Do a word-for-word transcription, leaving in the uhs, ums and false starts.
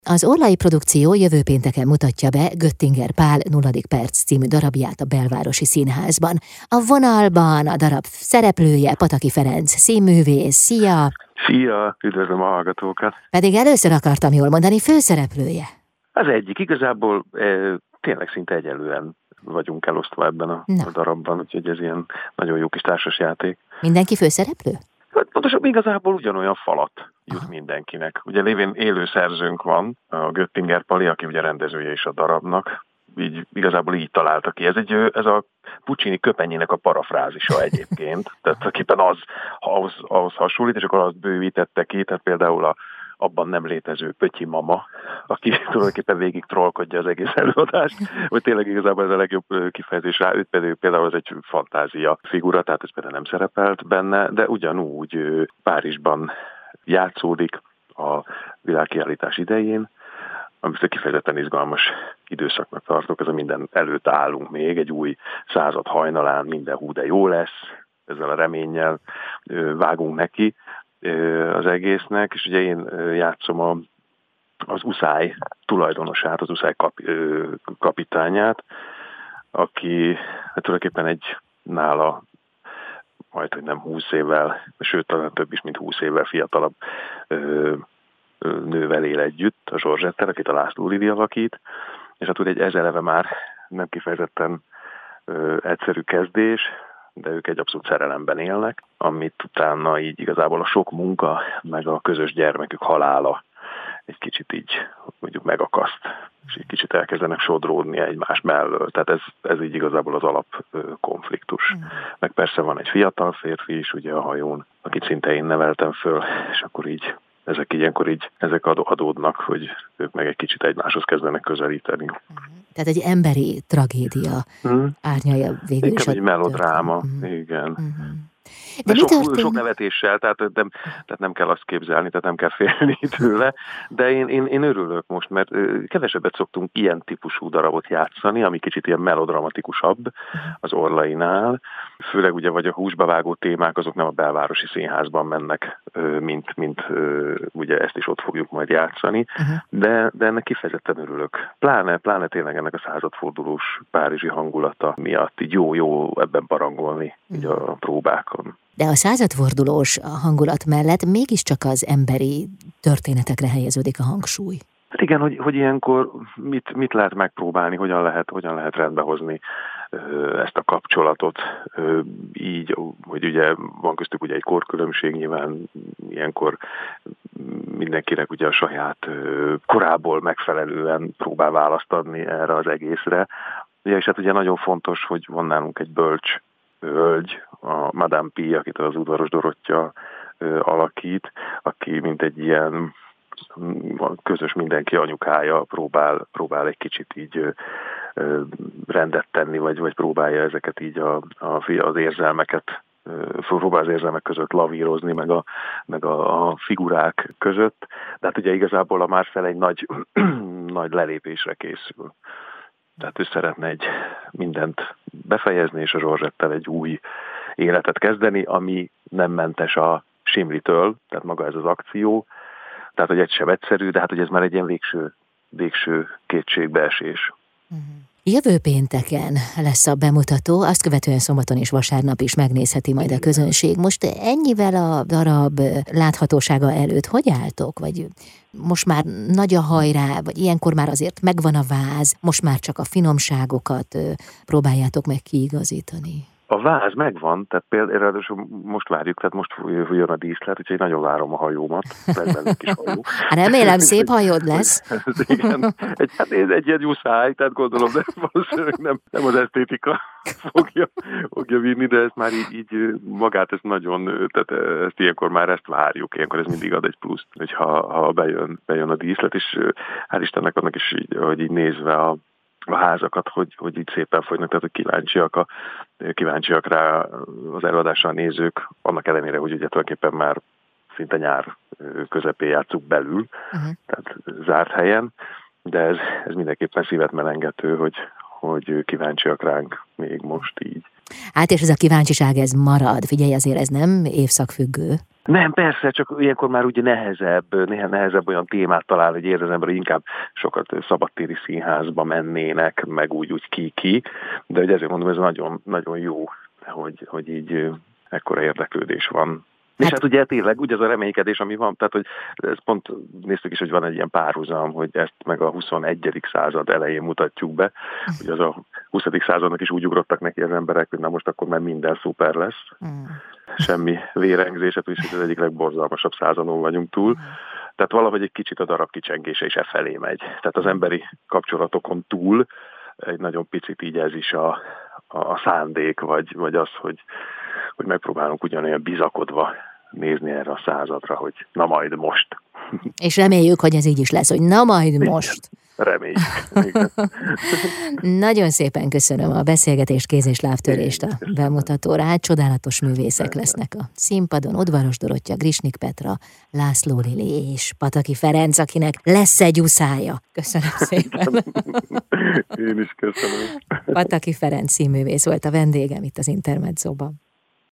Az Orlai produkció jövő pénteken mutatja be Göttinger Pál nulladik perc című darabját a Belvárosi Színházban. A vonalban a darab szereplője Pataki Ferenc, színművész. Szia! Szia! Üdvözlöm a hallgatókat! Pedig először akartam jól mondani, főszereplője. Az egyik. Igazából e, tényleg szinte egyenlően vagyunk elosztva ebben a, a darabban, úgyhogy ez ilyen nagyon jó kis társasjáték. Mindenki főszereplő? Hát pontosan igazából ugyanolyan falat jut mindenkinek. Ugye lévén élő szerzőnk van, a Göttinger Pali, aki ugye rendezője is a darabnak, így igazából így találta ki. Ez, egy, ez a Puccini Köpenyének a parafrázisa egyébként, tehát éppen az ahhoz, ahhoz hasonlít, és akkor azt bővítette ki, tehát például a abban nem létező Pötyi mama, aki tulajdonképpen végig trollkodja az egész előadást, vagy tényleg igazából ez a legjobb kifejezés rá, őt pedig például az egy fantázia figura, tehát ez például nem szerepelt benne, de ugyanúgy Párizsban játszódik a világkiállítás idején, amit kifejezetten izgalmas időszaknak tartok, ez a minden előtt állunk még, egy új század hajnalán, minden hú de jó lesz, ezzel a reménnyel vágunk neki az egésznek, és ugye én játszom a, az uszály tulajdonosát, az uszály kap, kapitányát, aki hát tulajdonképpen egy nála majd, hogy nem húsz évvel, sőt, talán több is, mint húsz évvel fiatalabb ö, ö, nővel él együtt, a Zsorzsettel, akit a László Lili alakít, és hát ugye ez eleve már nem kifejezetten ö, egyszerű kezdés, de ők egy abszolút szerelemben élnek, amit utána így igazából a sok munka, meg a közös gyermekük halála egy kicsit így mondjuk megakaszt, és egy kicsit elkezdenek sodródni egymás mellől. Tehát ez, ez így igazából az alap konfliktus. Mm. Meg persze van egy fiatal férfi is ugye a hajón, akit szinte én neveltem föl, és akkor így ezek ilyenkor így, ezek adódnak, hogy ők meg egy kicsit egymáshoz kezdenek közelíteni. Tehát egy emberi tragédia mm. árnyalja végül is. Inkább egy melodráma, mm. igen. Mm. De, de sok, sok nevetéssel, tehát nem, tehát nem kell azt képzelni, tehát nem kell félni tőle, de én, én, én örülök most, mert kevesebbet szoktunk ilyen típusú darabot játszani, ami kicsit ilyen melodramatikusabb az Orlainál, főleg ugye vagy a húsba vágó témák, azok nem a Belvárosi Színházban mennek, mint, mint ugye ezt is ott fogjuk majd játszani, de, de ennek kifejezetten örülök. Pláne, pláne tényleg ennek a századfordulós párizsi hangulata miatt így jó-jó ebben barangolni így a próbákon. De a századfordulós hangulat mellett mégiscsak az emberi történetekre helyeződik a hangsúly. Hát igen, hogy, hogy ilyenkor mit, mit lehet megpróbálni, hogyan lehet, hogyan lehet rendbehozni ezt a kapcsolatot így, hogy ugye van köztük ugye egy korkülönbség, nyilván ilyenkor mindenkinek ugye a saját korából megfelelően próbál választ adni erre az egészre. Ugye, és hát ugye nagyon fontos, hogy van nálunk egy bölcs hölgy, a Madame P, akit az Udvaros Dorottya alakít, aki mint egy ilyen közös mindenki anyukája próbál, próbál egy kicsit így rendet tenni, vagy, vagy próbálja ezeket így a, a, az érzelmeket, próbál az érzelmek között lavírozni, meg a, meg a, a figurák között. De hát ugye igazából a Marcel egy nagy, nagy lelépésre készül. Tehát ő szeretne egy mindent befejezni, és a Zsorzsettel egy új életet kezdeni, ami nem mentes a Simlitől, tehát maga ez az akció. Tehát, hogy egy sem egyszerű, de hát, hogy ez már egy ilyen végső, végső kétségbeesés. Jövő pénteken lesz a bemutató, azt követően szombaton és vasárnap is megnézheti majd a közönség. Most ennyivel a darab láthatósága előtt hogy álltok? Vagy most már nagy a hajrá, vagy ilyenkor már azért megvan a váz, most már csak a finomságokat próbáljátok meg kiigazítani? A váz megvan, tehát például most várjuk, tehát most jön a díszlet, úgyhogy nagyon várom a hajómat, lesz benne kis hajó. Remélem szép hajód lesz. Igen, egy, hát ez egy ilyen uszály, tehát gondolom, de valószínűleg nem, nem az esztétika fogja, fogja vinni, de ezt már így, így magát ezt nagyon, tehát ezt ilyenkor már ezt várjuk, ilyenkor ez mindig ad egy pluszt, hogyha ha bejön, bejön a díszlet, és hál' Istennek annak is, így, hogy így nézve a a házakat, hogy, hogy így szépen fogynak, tehát hogy kíváncsiak, a, kíváncsiak rá az előadásra a nézők, annak ellenére, hogy ugye tulajdonképpen már szinte nyár közepén játszuk belül, uh-huh. tehát zárt helyen, de ez, ez mindenképpen szívet melengető, hogy, hogy kíváncsiak ránk még most így. Hát és ez a kíváncsiság, ez marad. Figyelj, azért ez nem évszakfüggő. Nem, persze, csak ilyenkor már ugye nehezebb, nehezebb olyan témát talál, hogy érzi az ember, hogy inkább sokat szabadtéri színházba mennének, meg úgy, úgy ki-ki, de hogy ezért mondom, ez nagyon, nagyon jó, hogy, hogy így ekkora érdeklődés van. És hát ugye tényleg úgy az a reménykedés, ami van, tehát hogy ezt pont néztük is, hogy van egy ilyen párhuzam, hogy ezt meg a huszonegyedik század elején mutatjuk be, hogy az a huszadik századnak is úgy ugrottak neki az emberek, hogy na most akkor már minden szuper lesz. Mm. Semmi vérengzéset, úgyhogy az egyik legborzalmasabb századon vagyunk túl. Mm. Tehát valahogy egy kicsit a darab kicsengése is e felé megy. Tehát az emberi kapcsolatokon túl egy nagyon picit így ez is a, a, a szándék, vagy, vagy az, hogy, hogy megpróbálunk ugyanolyan bizakodva nézni erre a századra, hogy na majd most. És reméljük, hogy ez így is lesz, hogy na majd most. Reméljük. Nagyon szépen köszönöm a beszélgetést, kéz- és lábtörést a bemutatóra. Hát csodálatos művészek lesznek a színpadon. Udvaros Dorottya, Grisnik Petra, László Lili és Pataki Ferenc, akinek lesz egy uszája. Köszönöm szépen. Én is köszönöm. Pataki Ferenc színművész volt a vendégem itt az Intermedzóban.